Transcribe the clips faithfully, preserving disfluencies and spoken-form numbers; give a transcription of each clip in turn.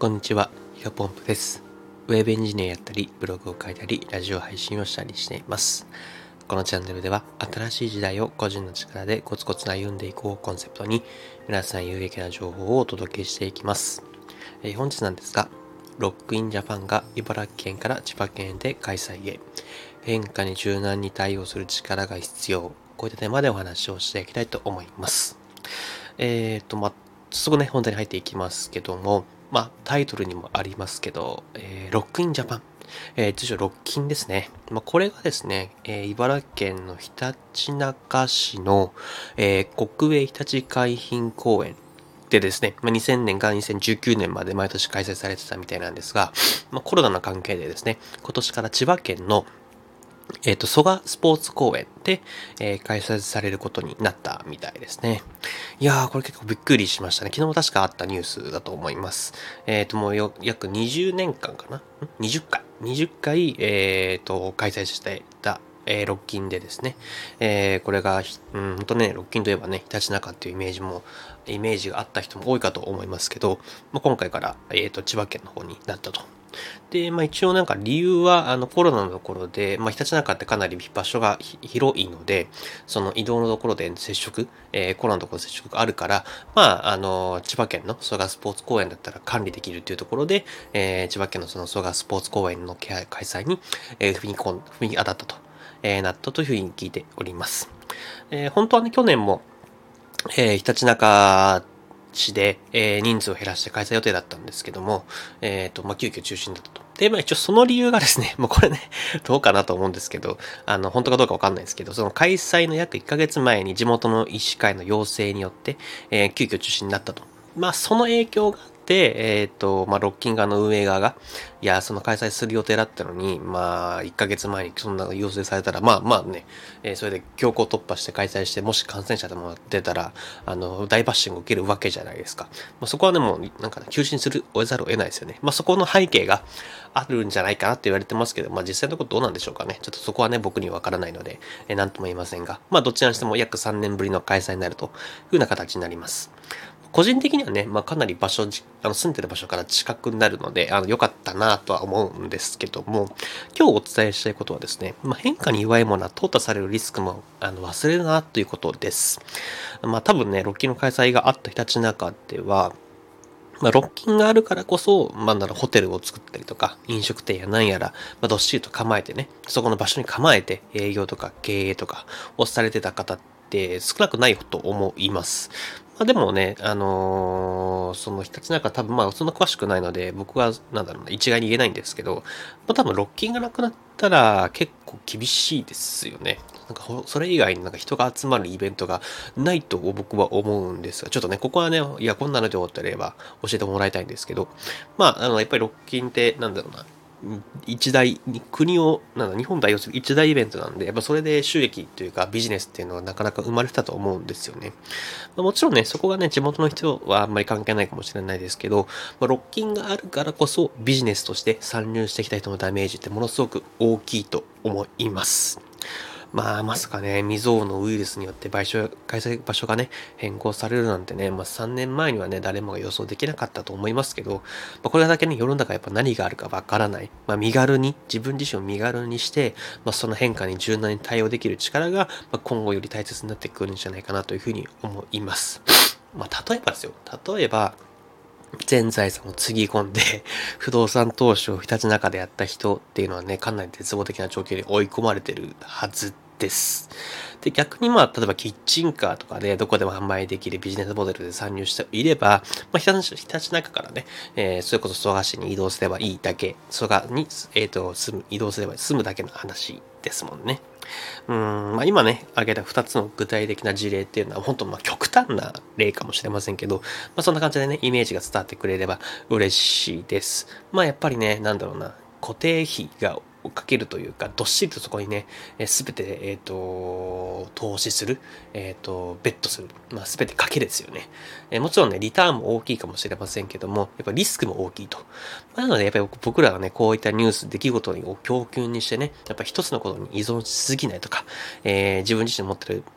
こんにちは、ヒロポンプです。ウェブエンジニアやったり、ブログを書いたり、ラジオ配信をしたりしています。このチャンネルでは、新しい時代を個人の力でコツコツ歩んでいこうをコンセプトに、皆さん有益な情報をお届けしていきます。えー、本日なんですが、ロックインジャパンが茨城県から千葉県で開催へ、変化に柔軟に対応する力が必要、こういったテーマでお話をしていきたいと思います。えーと、まあ、早速ね、本題に入っていきますけども、まあ、タイトルにもありますけど、えー、ロックインジャパン、えー、通称ロッキンですね。まあ、これがですね、えー、茨城県のひたちなか市の、えー、国営ひたち海浜公園でですね、まあ、にせんねんからにせんじゅうきゅうねんまで毎年開催されてたみたいなんですが、まあ、コロナの関係でですね、今年から千葉県のえっと、蘇我スポーツ公園で、えー、開催されることになったみたいですね。いやー、これ結構びっくりしましたね。昨日も確かあったニュースだと思います。えっと、もうよ約にじゅうねんかんかな ?にじゅっ 回。にじゅっかい、えっと、開催していた、えー、ロッキンでですね。えー、これが、うん、ほんとね、ロッキンといえばね、ひたちなかっていうイメージも、イメージがあった人も多いかと思いますけど、まあ、今回から、えっと、千葉県の方になったと。で、まあ一応なんか理由は、あのコロナのところで、まあひたちなかってかなり場所が広いので、その移動のところで接触、えー、コロナのところで接触があるから、まああの、千葉県の蘇我スポーツ公園だったら管理できるっていうところで、えー、千葉県のその蘇我スポーツ公園の開催に、えー、踏み込ん、踏み当たったと、えー、なったというふうに聞いております。えー、本当はね、去年も、えー、ひたちなか市で、えー、人数を減らして開催予定だったんですけども、えっ、ー、と、まあ、急遽中止になったと。で、まあ、一応その理由がですね、もうこれね、どうかなと思うんですけど、あの、本当かどうかわかんないですけど、その開催の約いっかげつまえに地元の医師会の要請によって、えー、急遽中止になったと。まあ、その影響があって、えっ、ー、と、まあ、ロッキン側の運営側が、いや、その開催する予定だったのに、まあ、いっかげつまえにそんな要請されたら、まあまあね、えー、それで強行突破して開催して、もし感染者でも出たら、あの、大バッシングを受けるわけじゃないですか。まあ、そこはね、もう、なんか、ね、休止にする、終えざるを得ないですよね。まあ、そこの背景があるんじゃないかなって言われてますけど、まあ、実際のところどうなんでしょうかね。ちょっとそこはね、僕にはわからないので、えー、なんとも言いませんが、まあ、どちらにしても約さんねんぶりの開催になるというふうな形になります。個人的にはね、まあ、かなり場所、あの住んでる場所から近くなるので、あの、良かったなとは思うんですけども、今日お伝えしたいことはですね、まあ、変化に弱いものは淘汰されるリスクもあの忘れるなということです。まあ、多分ね、ロッキンの開催があったひたちなかでは、まあ、ロッキンがあるからこそ、まあ、ならホテルを作ったりとか、飲食店やなんやら、まあ、どっしりと構えてね、そこの場所に構えて営業とか経営とかをされてた方って少なくないと思います。まあ、でもね、あのー、そのひたちなか多分まあそんな詳しくないので、僕はなんだろうな、一概に言えないんですけど、まあ、多分ロッキンがなくなったら結構厳しいですよね。なんかそれ以外になんか人が集まるイベントがないと僕は思うんですが、ちょっとね、ここはね、いや、こんなので思ってれば教えてもらいたいんですけど、まあ、あの、やっぱりロッキンってなんだろうな、一大、国を、なんだ、日本代表する一大イベントなんで、やっぱそれで収益というかビジネスっていうのはなかなか生まれてたと思うんですよね。まあ、もちろんね、そこがね、地元の人はあんまり関係ないかもしれないですけど、まあ、ロッキンがあるからこそビジネスとして参入してきた人のダメージってものすごく大きいと思います。まあ、まさかね、未曾有のウイルスによって場所、開催場所がね、変更されるなんてね、まあさんねんまえにはね、誰もが予想できなかったと思いますけど、まあ、これだけね、世の中やっぱ何があるかわからない。まあ、身軽に、自分自身を身軽にして、まあ、その変化に柔軟に対応できる力が、まあ、今後より大切になってくるんじゃないかなというふうに思います。まあ、例えばですよ。例えば、全財産をつぎ込んで不動産投資をひたちなかでやった人っていうのはね、かなり絶望的な状況に追い込まれてるはずです。で、逆にまあ、例えばキッチンカーとかでどこでも販売できるビジネスモデルで参入していれば、まあ、ひたちひたちなかからね、えー、それこそ蘇我市に移動すればいいだけ、蘇我に、えっ、ー、と、住む、移動すれば住むだけの話ですもんね。うん、まあ、今ね、挙げたふたつの具体的な事例っていうのは、本当まあ極端な例かもしれませんけど、まあ、そんな感じでね、イメージが伝わってくれれば嬉しいです。まあ、やっぱりね、なんだろうな、固定費がかけるというか、どっしりとそこにね、すべて、えっ、ー、と、投資する、えっ、ー、と、ベットする。まあ、すべてかけですよね、えー。もちろんね、リターンも大きいかもしれませんけども、やっぱリスクも大きいと。なので、やっぱり僕らはね、こういったニュース、出来事を教訓にしてね、やっぱ一つのことに依存しすぎないとか、えー、自分自身の持ってる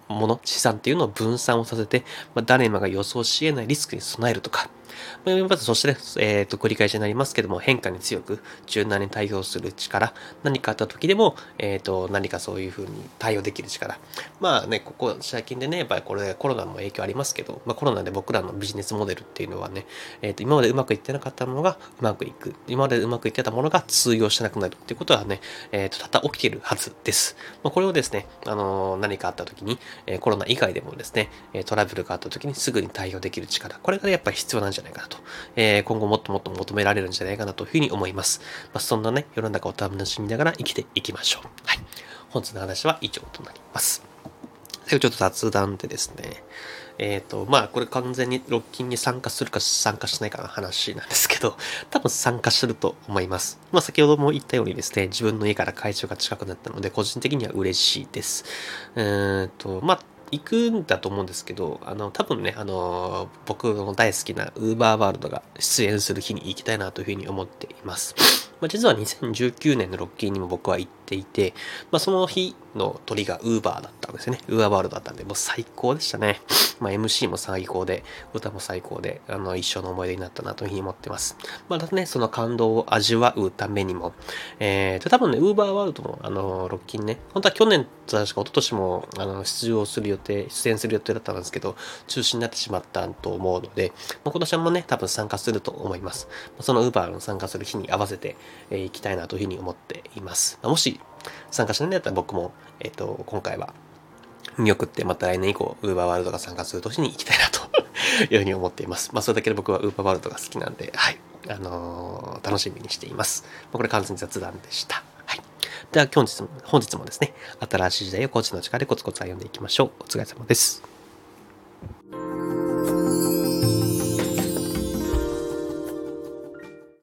もの、資産っていうのを分散をさせて、まあ、誰もが予想し得ないリスクに備えるとか、まずそしてね、えっ、ー、と、繰り返しになりますけども、変化に強く柔軟に対応する力、何かあった時でも、えっ、ー、と、何かそういうふうに対応できる力。まあね、ここ最近でね、やっぱりこれコロナも影響ありますけど、まあコロナで僕らのビジネスモデルっていうのはね、えっ、ー、と、今までうまくいってなかったものがうまくいく。今までうまくいってたものが通用しなくなるっていうことはね、えっ、と、多々起きているはずです。まあ、これをですね、あの何かあった時に、えー、コロナ以外でもですね、トラブルがあった時にすぐに対応できる力。これが、ね、やっぱり必要なんじゃないかなと。えー、今後もっともっと求められるんじゃないかなというふうに思います。まあ、そんなね、世の中を楽しみながら生きていきましょう。はい。本日の話は以上となります。最後ちょっと雑談でですね、えっ、ー、と、まあ、これ完全にロッキンに参加するか参加しないかの話なんですけど、多分参加すると思います。まあ、先ほども言ったようにですね、自分の家から会場が近くなったので、個人的には嬉しいです。えっ、ー、と、まあ、行くんだと思うんですけど、あの、多分ね、あの、僕の大好きなウーバーワールドが出演する日に行きたいなというふうに思っています。まあ、実はにせんじゅうきゅうねんのロッキンにも僕は行っていて、まあ、その日の鳥がウーバーだったんですよね。ウーバーワールドだったんで、もう最高でしたね。まあ、エムシー も最高で、歌も最高で、あの、一生の思い出になったなというふうに思ってます。またね、その感動を味わうためにも、えーと、多分ね、ウーバーワールドも、あの、ロッキンね、本当は去年、確か一昨年も、あの、出場する予定、出演する予定だったんですけど、中止になってしまったと思うので、まあ、今年もね、多分参加すると思います。そのウーバーの参加する日に合わせて、えー、行きたいなというふうに思っています。もし、参加しないんだったら僕も、えっ、ー、と、今回は、見送ってまた来年以降、ウーバーワールドが参加する年に行きたいなというふうに思っています。まあ、それだけで僕はウーバーワールドが好きなんで、はい。あのー、楽しみにしています。まあ、これ完全に雑談でした。はい。では、本日も、本日もですね、新しい時代をコーチの力でコツコツ歩んでいきましょう。お疲れ様です。